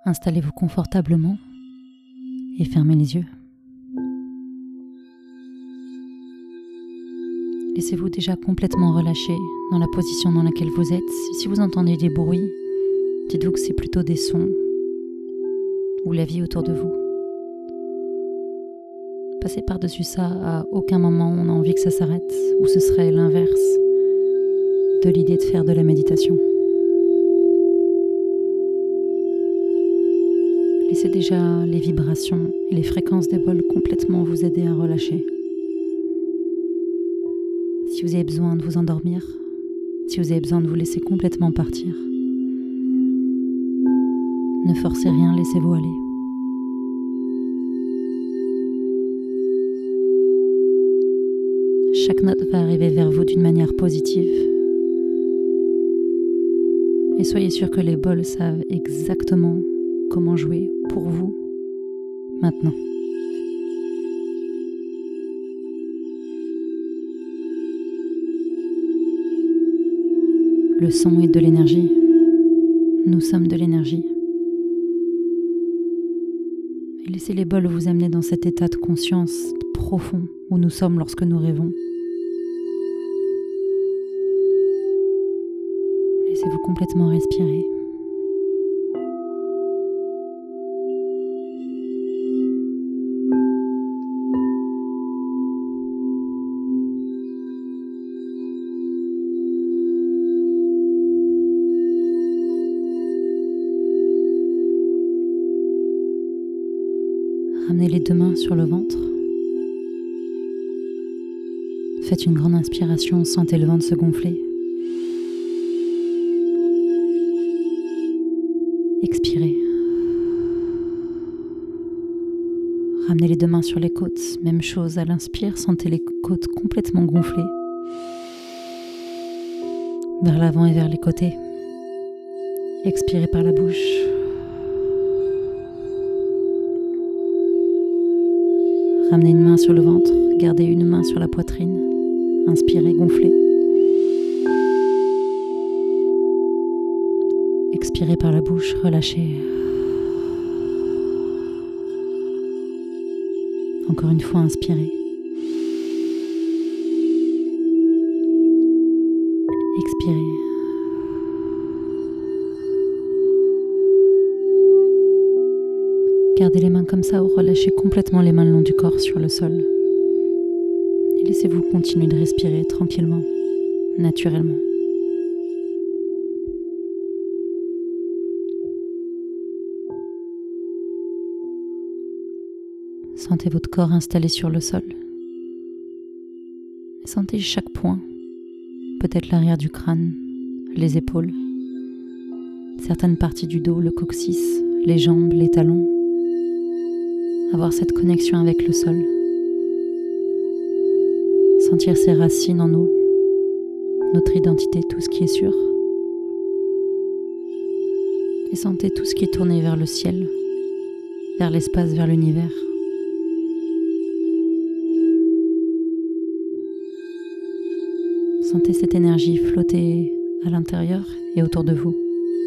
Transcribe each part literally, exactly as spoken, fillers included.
Installez-vous confortablement et fermez les yeux. Laissez-vous déjà complètement relâcher dans la position dans laquelle vous êtes. Si vous entendez des bruits, dites-vous que c'est plutôt des sons ou la vie autour de vous. Passez par-dessus ça, à aucun moment on a envie que ça s'arrête, ou ce serait l'inverse de l'idée de faire de la méditation. Laissez déjà les vibrations et les fréquences des bols complètement vous aider à relâcher. Si vous avez besoin de vous endormir, si vous avez besoin de vous laisser complètement partir, ne forcez rien, laissez-vous aller. Chaque note va arriver vers vous d'une manière positive. Et soyez sûr que les bols savent exactement comment jouer pour vous maintenant. Le son est de l'énergie. Nous sommes de l'énergie. Et laissez les bols vous amener dans cet état de conscience profond où nous sommes lorsque nous rêvons. Laissez-vous complètement respirer. Ramenez les deux mains sur le ventre. Faites une grande inspiration, sentez le ventre se gonfler. Expirez. Ramenez les deux mains sur les côtes. Même chose à l'inspire, sentez les côtes complètement gonflées. Vers l'avant et vers les côtés. Expirez par la bouche. Ramenez une main sur le ventre, gardez une main sur la poitrine. Inspirez, gonflez. Expirez par la bouche, relâchez. Encore une fois, inspirez. Expirez. Gardez les mains comme ça ou relâchez complètement les mains le long du corps sur le sol. Et laissez-vous continuer de respirer tranquillement, naturellement. Sentez votre corps installé sur le sol. Sentez chaque point, peut-être l'arrière du crâne, les épaules, certaines parties du dos, le coccyx, les jambes, les talons. Avoir cette connexion avec le sol. Sentir ses racines en nous, notre identité, tout ce qui est sûr. Et sentez tout ce qui est tourné vers le ciel, vers l'espace, vers l'univers. Sentez cette énergie flotter à l'intérieur et autour de vous.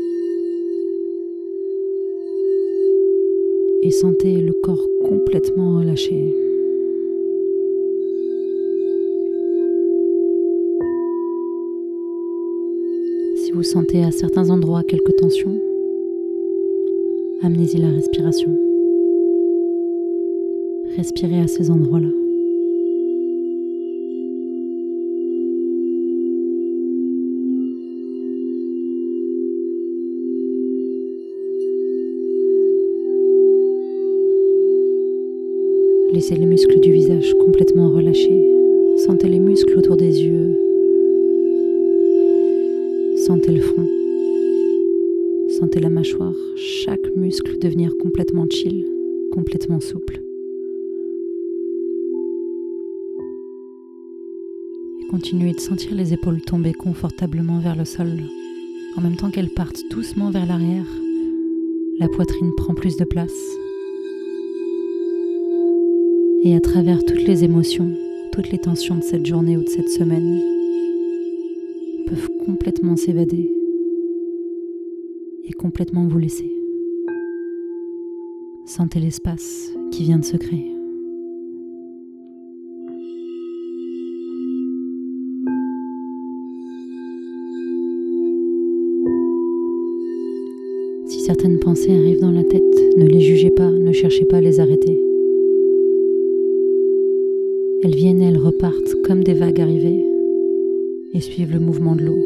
Et sentez le corps complètement relâché. Si vous sentez à certains endroits quelques tensions, amenez-y la respiration. Respirez à ces endroits-là. Laissez les muscles du visage complètement relâchés. Sentez les muscles autour des yeux. Sentez le front. Sentez la mâchoire. Chaque muscle devenir complètement chill, complètement souple. Et continuez de sentir les épaules tomber confortablement vers le sol. En même temps qu'elles partent doucement vers l'arrière, la poitrine prend plus de place. Et à travers toutes les émotions, toutes les tensions de cette journée ou de cette semaine peuvent complètement s'évader et complètement vous laisser. Sentez l'espace qui vient de se créer. Si certaines pensées arrivent dans la tête, ne les jugez pas, ne cherchez pas à les arrêter. Elles viennent et elles repartent comme des vagues arrivées et suivent le mouvement de l'eau.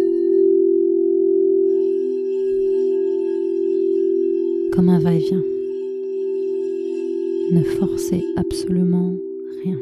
Comme un va-et-vient. Ne forcez absolument rien.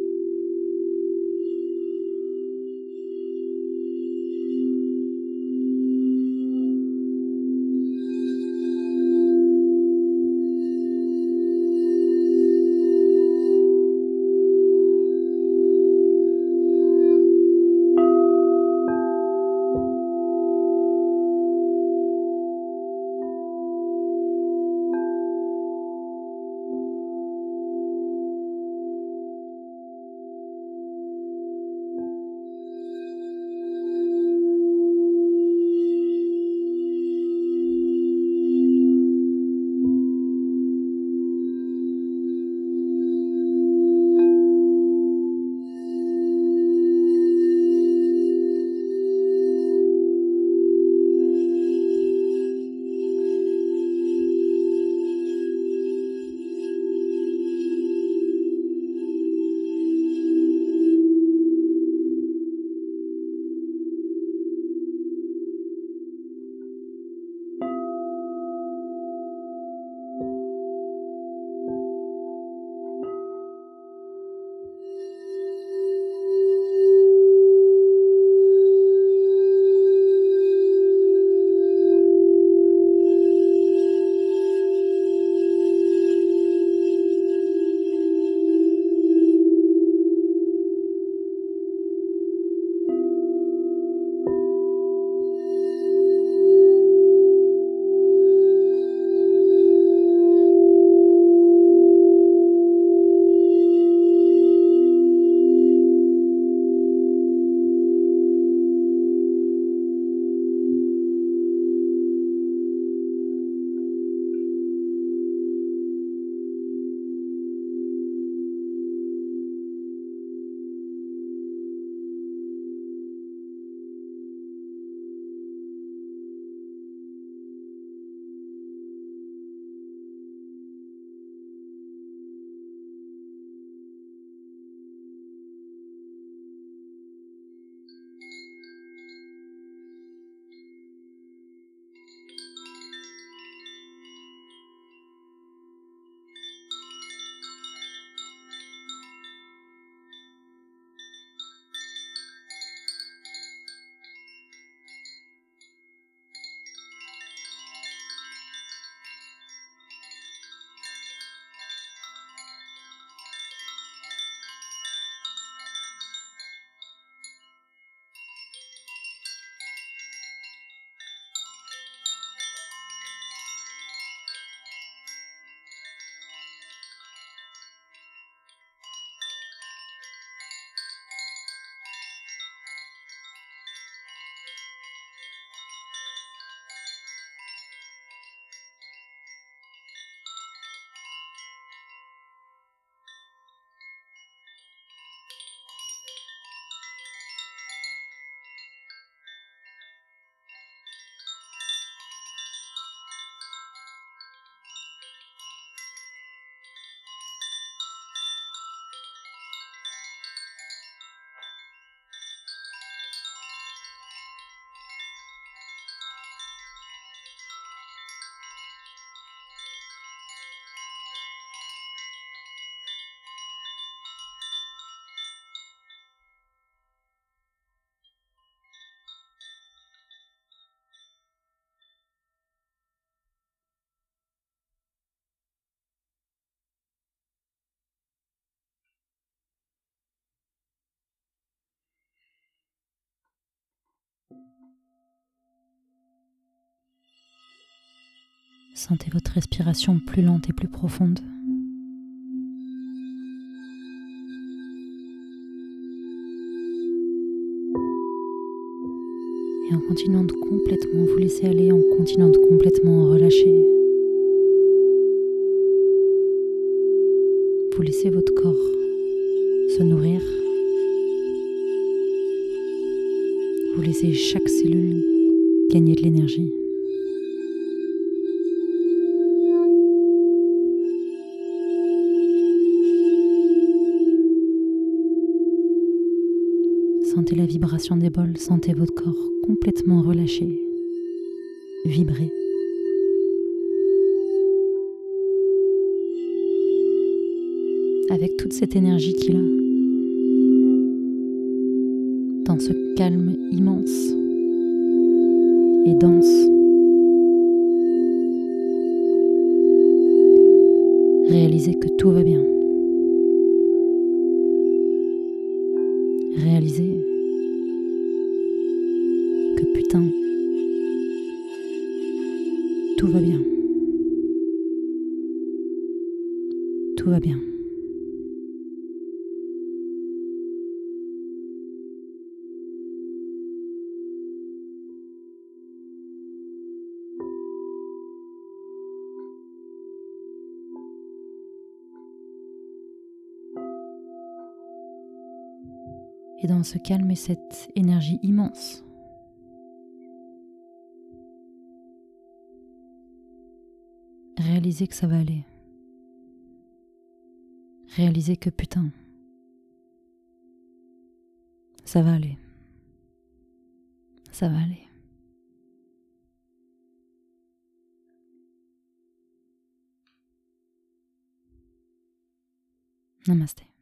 Sentez votre respiration plus lente et plus profonde. Et en continuant de complètement vous laisser aller, en continuant de complètement relâcher. laissez votre corps se nourrir. Vous laissez chaque cellule gagner de l'énergie. Sentez la vibration des bols, sentez votre corps complètement relâché, vibrer. Avec toute cette énergie qu'il a, dans ce calme immense et dense. Réalisez que tout va bien. Réalisez que putain, tout va bien. Tout va bien. Et dans ce calme et cette énergie immense, réalisez que ça va aller. Réalisez que putain, ça va aller. Ça va aller. Namasté.